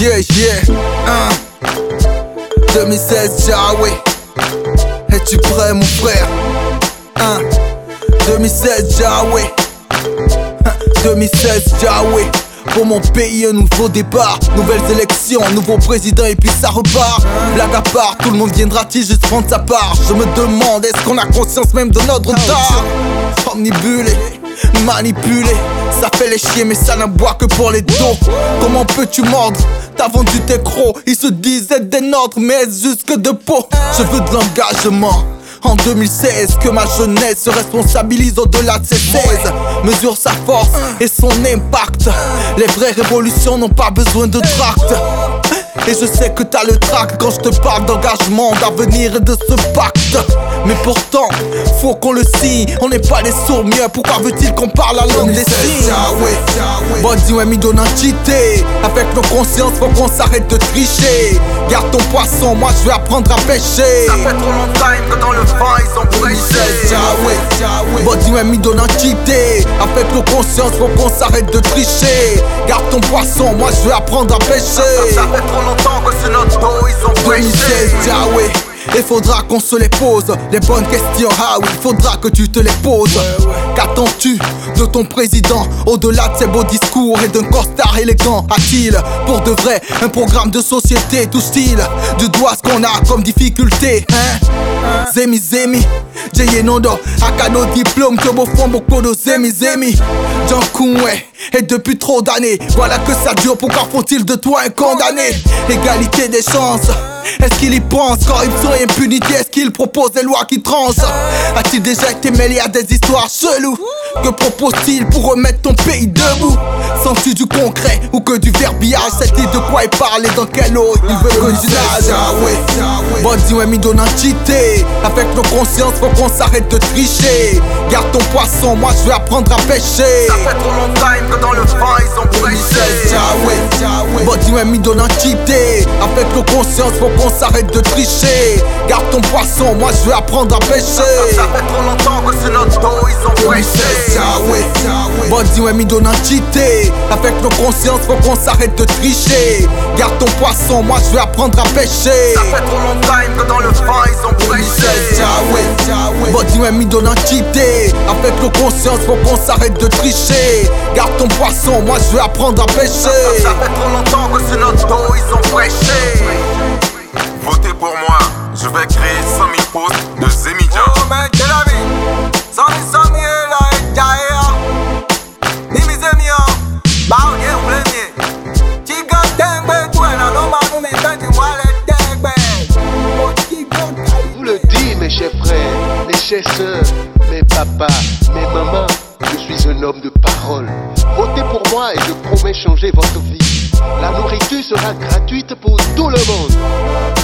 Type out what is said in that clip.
yeah. 2016, Yahweh. Es-tu prêt, mon frère? 2016, Yahweh. 2016, Yahweh. Pour mon pays, un nouveau départ, nouvelles élections, nouveau président et puis ça repart. Blague à part, tout le monde viendra-t-il juste prendre sa part? Je me demande, est-ce qu'on a conscience même de notre tard? Omnibulé, manipulé, ça fait les chiens mais ça n'aboie que pour les dos. Comment peux-tu mordre? T'as vendu tes crocs, ils se disent être des nôtres mais est-ce juste que de peau? Je veux de l'engagement. En 2016, que ma jeunesse se responsabilise au-delà de ses 16. Mesure sa force et son impact. Les vraies révolutions n'ont pas besoin de tract. Et je sais que t'as le trac quand je te parle d'engagement, d'avenir et de ce pacte. Mais pourtant, faut qu'on le signe, on n'est pas des sourds-muets. Pourquoi veut-il qu'on parle la langue des signes? Bon, dis-moi, mi donne un cheaté. Avec nos consciences, faut qu'on s'arrête de tricher. Garde ton poisson, moi je vais apprendre à pêcher. Ça fait trop longtemps que dans le vent ils ont prêché. Bon, dis-moi, mi donne un cheaté. Avec nos consciences, faut qu'on s'arrête de tricher. Garde ton poisson, moi je vais apprendre à pêcher. Ça fait trop longtemps que sur notre dos ils ont prêché. 2016, Yahweh. Il faudra qu'on se les pose, les bonnes questions, ah oui, il faudra que tu te les poses. Qu'attends-tu de ton président, au-delà de ses beaux discours et d'un costard élégant? A-t-il, pour de vrai, un programme de société? Touche-t-il du doigt ce qu'on a comme difficulté, hein? Zemi, Jeye Nondo, Akano diplôme, que beau fond, beaucoup de Zemi, Jankunwe. Et depuis trop d'années, voilà que ça dure, pourquoi font-ils de toi un condamné? Égalité des chances, est-ce qu'il y pense? Corruption et impunité, est-ce qu'il propose des lois qui tranchent? A-t-il déjà été mêlé à des histoires cheloues? Que propose-t-il pour remettre ton pays debout? Sens-tu du concret ou que du verbiage? Sait-il de quoi il parle et dans quelle eau il veut que je nage? Bon, dis-moi, mi donne un cheaté. Avec nos consciences, faut qu'on s'arrête de tricher. Garde ton poisson, moi je vais apprendre à pêcher. Ça fait trop longtemps que dans le vent ils ont prêché. Bon, dis-moi, mi donne un cheaté. Avec nos consciences, faut qu'on s'arrête de tricher. Garde ton poisson, moi je vais apprendre à pêcher. Ça fait trop longtemps que sur notre dos ils ont prêché. Bon, dis-moi, mi donne un cheaté. Avec nos consciences, faut qu'on s'arrête de tricher. Garde ton poisson, moi je vais apprendre à pêcher. Ça fait trop longtemps que dans le vent ils ont prêché. Bon, dis-moi, mi donne un cheaté. Avec nos consciences, faut qu'on s'arrête de tricher. Garde ton poisson, moi je vais apprendre à pêcher. Ça fait trop longtemps que sur notre dos ils ont prêché. Votez pour moi, je vais créer 100 000 postes de Zemidia. Oh mec, de la vie, 100 000 là, et jaïa. Nimi Zemia, bah on est au premier. Chica Tengbe, toi là, non, ma nous mettons du moi les Tengbe. Vous le dis, mes chers frères, mes chères sœurs, mes papas, mes mamans, je suis un homme de parole. Votez pour moi et je promets changer votre vie. La nourriture sera gratuite pour tout le monde.